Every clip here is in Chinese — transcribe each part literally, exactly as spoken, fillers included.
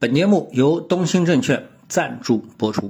本节目由东兴证券赞助播出。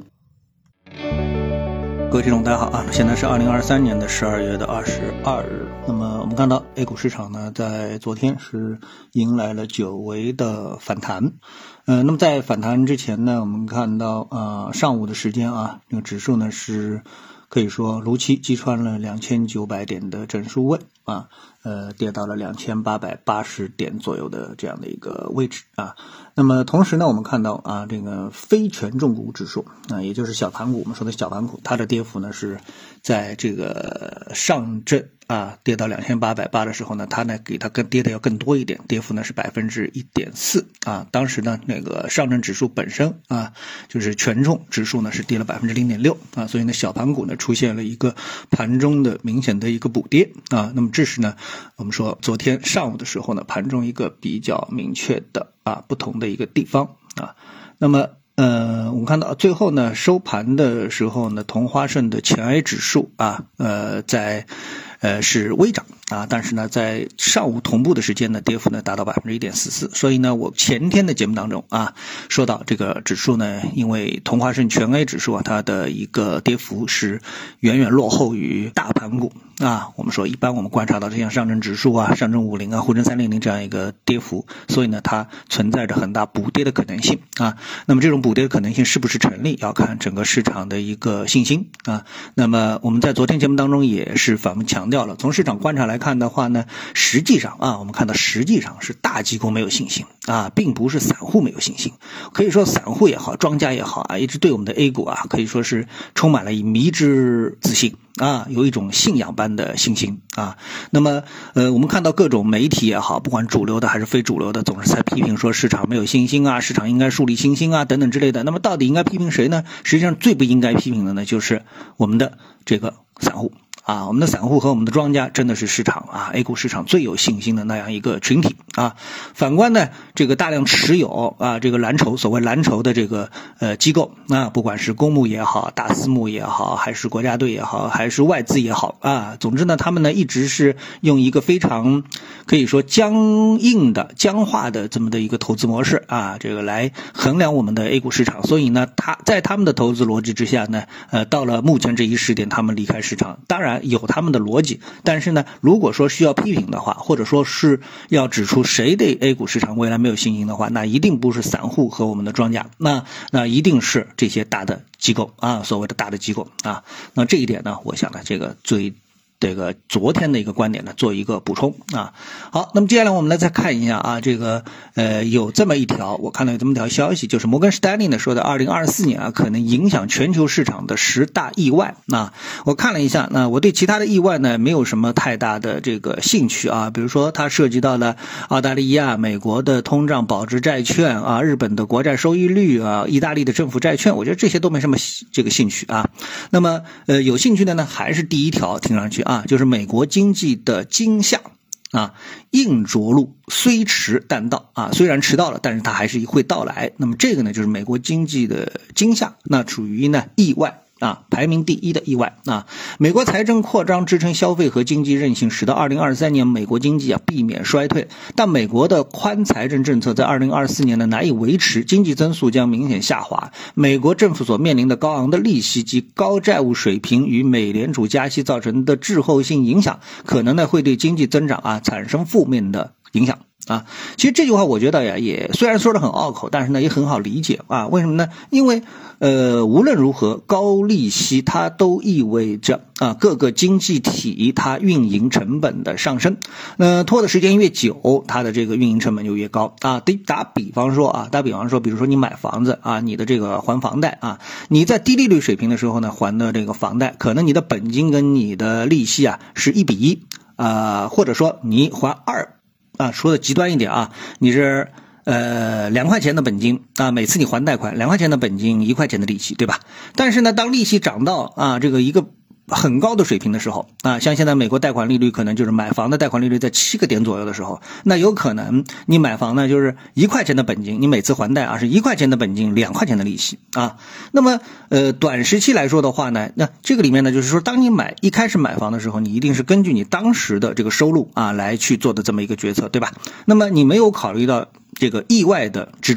各位听众大家好啊，现在是二零二三年的十二月的二十二日。那么我们看到 A 股市场呢，在昨天是迎来了久违的反弹。呃，那么在反弹之前呢，我们看到呃上午的时间啊，这个指数呢是可以说如期击穿了两千九百点的整数位啊，呃，跌到了两千八百八十点左右的这样的一个位置啊。那么同时呢，我们看到啊，这个非权重股指数啊，也就是小盘股，我们说的小盘股，它的跌幅呢是在这个上证啊跌到两千八百八的时候呢，它呢给它更跌的要更多一点，跌幅呢是百分之一点四啊。当时呢，那个上证指数本身啊，就是权重指数呢是跌了百分之零点六啊，所以呢，小盘股呢出现了一个盘中的明显的一个补跌啊。那么这是呢，我们说昨天上午的时候呢，盘中一个比较明确的啊不同的一个地方啊。那么呃，我们看到最后呢，收盘的时候呢，同花顺的前 A 指数啊，呃，在呃是微涨啊，但是呢，在上午同步的时间呢，跌幅呢达到百分之一点四四。所以呢，我前天的节目当中啊，说到这个指数呢，因为同花顺全 A 指数啊，它的一个跌幅是远远落后于大盘股啊。我们说，一般我们观察到这像上证指数啊、上证五零啊、沪深三零零这样一个跌幅，所以呢，它存在着很大补跌的可能性啊。那么这种补跌的可能性是不是成立，要看整个市场的一个信心啊。那么我们在昨天节目当中也是反复强调了，从市场观察来看的话呢，实际上啊，我们看到实际上是大机构没有信心啊，并不是散户没有信心。可以说散户也好，庄家也好啊，一直对我们的 A 股啊，可以说是充满了以迷之自信啊，有一种信仰般的信心啊。那么呃，我们看到各种媒体也好，不管主流的还是非主流的，总是在批评说市场没有信心啊，市场应该树立信心啊等等之类的。那么到底应该批评谁呢？实际上最不应该批评的呢，就是我们的这个散户啊，我们的散户和我们的庄家真的是市场啊 A 股市场最有信心的那样一个群体啊。反观呢，这个大量持有啊这个蓝筹，所谓蓝筹的这个呃机构啊，不管是公募也好，大私募也好，还是国家队也好，还是外资也好啊，总之呢，他们呢一直是用一个非常可以说僵硬的、僵化的这么的一个投资模式啊，这个来衡量我们的 A 股市场。所以呢，他在他们的投资逻辑之下呢，呃，到了目前这一时点，他们离开市场，当然有他们的逻辑，但是呢，如果说需要批评的话，或者说是要指出谁对 A 股市场未来没有信心的话，那一定不是散户和我们的庄家，那那一定是这些大的机构啊，所谓的大的机构啊。那这一点呢，我想呢，这个最这个昨天的一个观点呢，做一个补充啊。好，那么接下来我们来再看一下啊，这个呃有这么一条，我看到有这么一条消息，就是摩根士丹利呢说的二零二四年啊可能影响全球市场的十大意外。那我看了一下，那我对其他的意外呢没有什么太大的这个兴趣啊，比如说它涉及到了澳大利亚、美国的通胀保值债券啊、日本的国债收益率啊、意大利的政府债券，我觉得这些都没什么这个兴趣啊。那么呃有兴趣的呢还是第一条，听上去啊。啊，就是美国经济的惊吓啊，硬着陆虽迟但到啊，虽然迟到了，但是它还是会到来。那么这个呢，就是美国经济的惊吓，那处于呢意外啊，排名第一的意外啊。美国财政扩张支撑消费和经济韧性，使得二零二三年美国经济啊避免衰退。但美国的宽财政政策在二零二四年呢难以维持，经济增速将明显下滑。美国政府所面临的高昂的利息及高债务水平与美联储加息造成的滞后性影响，可能呢会对经济增长啊产生负面的影响。啊，其实这句话我觉得呀，也虽然说的很拗口，但是呢也很好理解啊。为什么呢？因为呃无论如何，高利息它都意味着啊各个经济体它运营成本的上升。呃拖的时间越久，它的这个运营成本就越高啊。打比方说啊，打比方说，比如说你买房子啊，你的这个还房贷啊，你在低利率水平的时候呢，还的这个房贷，可能你的本金跟你的利息啊是一比一啊，或者说你还二。啊，说的极端一点啊，你是呃两块钱的本金啊，每次你还贷款两块钱的本金，一块钱的利息，对吧？但是呢，当利息涨到啊这个一个很高的水平的时候啊，像现在美国贷款利率可能就是买房的贷款利率在七个点左右的时候，那有可能你买房呢就是一块钱的本金，你每次还贷啊是一块钱的本金，两块钱的利息啊。那么呃短时期来说的话呢，那这个里面呢就是说，当你买一开始买房的时候，你一定是根据你当时的这个收入啊来去做的这么一个决策，对吧？那么你没有考虑到这个意外的支出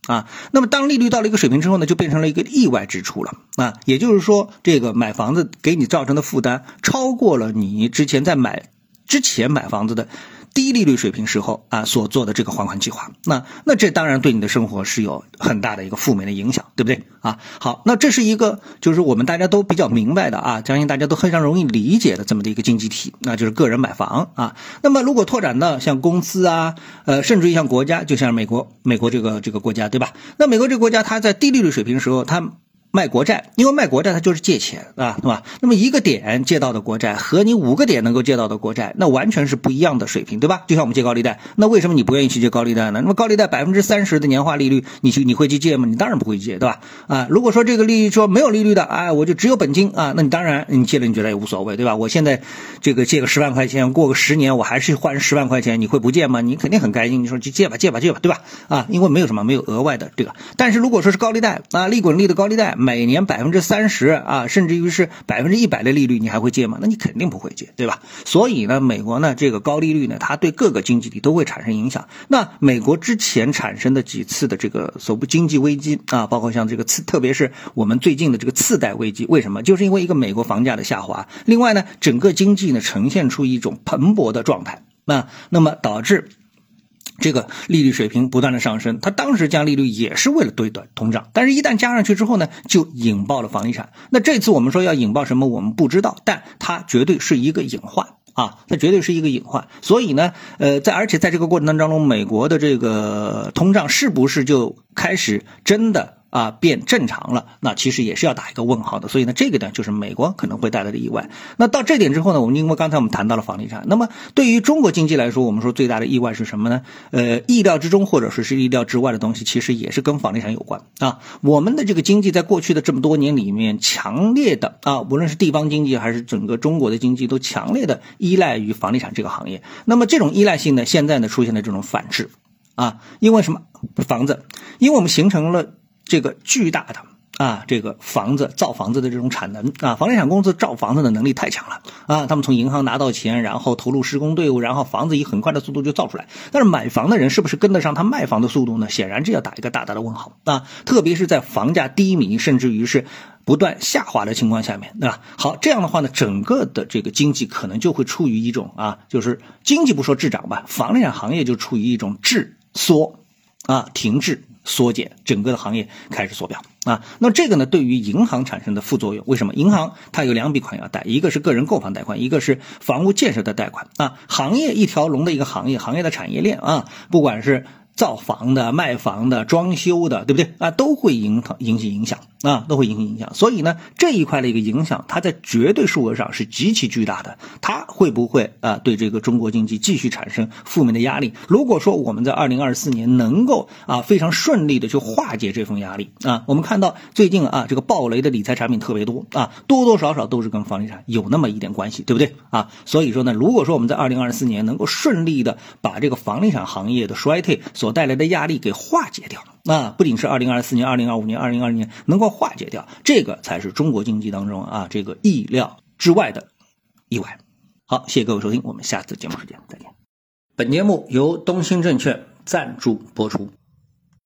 啊。那么当利率到了一个水平之后呢，就变成了一个意外支出了啊。也就是说，这个买房子给你造成的负担超过了你之前在买之前买房子的低利率水平时候啊所做的这个还款计划，那那这当然对你的生活是有很大的一个负面的影响，对不对啊？好，那这是一个就是我们大家都比较明白的啊，相信大家都非常容易理解的这么的一个经济体，那就是个人买房啊。那么如果拓展到像公司啊，呃，甚至于像国家，就像美国，美国这个这个国家，对吧？那美国这个国家它在低利率水平的时候，它卖国债，因为卖国债它就是借钱啊，对吧？那么一个点借到的国债和你五个点能够借到的国债，那完全是不一样的水平，对吧？就像我们借高利贷，那为什么你不愿意去借高利贷呢？那么高利贷百分之三十的年化利率，你去你会去借吗？你当然不会借，对吧？啊，如果说这个利率说没有利率的，啊，我就只有本金啊，那你当然你借了你觉得也无所谓，对吧？我现在这个借个十万块钱，过个十年我还是还十万块钱，你会不借吗？你肯定很开心，你说去借吧借吧借吧，对吧？啊，因为没有什么没有额外的这个。但是如果说是高利贷啊，利滚利的高利贷，每年百分之三十啊，甚至于是百分之一百的利率，你还会借吗？那你肯定不会借，对吧？所以呢，美国呢这个高利率呢，它对各个经济体都会产生影响。那美国之前产生的几次的这个所谓经济危机啊，包括像这个次，特别是我们最近的这个次贷危机，为什么？就是因为一个美国房价的下滑，另外呢，整个经济呢呈现出一种蓬勃的状态，那那么导致这个利率水平不断的上升，它当时降利率也是为了对短通胀，但是一旦加上去之后呢，就引爆了房地产。那这次我们说要引爆什么，我们不知道，但它绝对是一个隐患啊，它绝对是一个隐患。所以呢，呃，在而且在这个过程当中，美国的这个通胀是不是就开始真的啊变正常了，那其实也是要打一个问号的。所以呢，这个呢就是美国可能会带来的意外。那到这点之后呢，我们因为刚才我们谈到了房地产，那么对于中国经济来说，我们说最大的意外是什么呢？呃，意料之中或者说是意料之外的东西，其实也是跟房地产有关啊。我们的这个经济在过去的这么多年里面，强烈的啊，无论是地方经济还是整个中国的经济，都强烈的依赖于房地产这个行业。那么这种依赖性呢，现在呢出现了这种反制啊，因为什么？房子，因为我们形成了这个巨大的啊，这个房子造房子的这种产能啊，房地产公司造房子的能力太强了啊，他们从银行拿到钱，然后投入施工队伍，然后房子以很快的速度就造出来。但是买房的人是不是跟得上他卖房的速度呢？显然这要打一个大大的问号啊，特别是在房价低迷，甚至于是不断下滑的情况下面，对吧？好，这样的话呢，整个的这个经济可能就会处于一种啊，就是经济不说滞涨吧，房地产行业就处于一种滞缩啊，停滞。缩减，整个的行业开始缩表啊。那这个呢，对于银行产生的副作用，为什么？银行它有两笔款要贷，一个是个人购房贷款，一个是房屋建设的贷款啊。行业一条龙的一个行业，行业的产业链啊，不管是造房的、卖房的、装修的，对不对啊？都会影引起影响啊，都会引起影响。所以呢，这一块的一个影响，它在绝对数额上是极其巨大的。它会不会啊对这个中国经济继续产生负面的压力？如果说我们在二零二四年能够啊非常顺利的去化解这份压力啊，我们看到最近啊这个暴雷的理财产品特别多啊，多多少少都是跟房地产有那么一点关系，对不对啊？所以说呢，如果说我们在二零二四年能够顺利的把这个房地产行业的衰退所带来的压力给化解掉，那不仅是二零二四年、二零二五年、二零二零年能够化解掉，这个才是中国经济当中啊这个意料之外的意外。好，谢谢各位收听，我们下次节目时间再见。本节目由东兴证券赞助播出。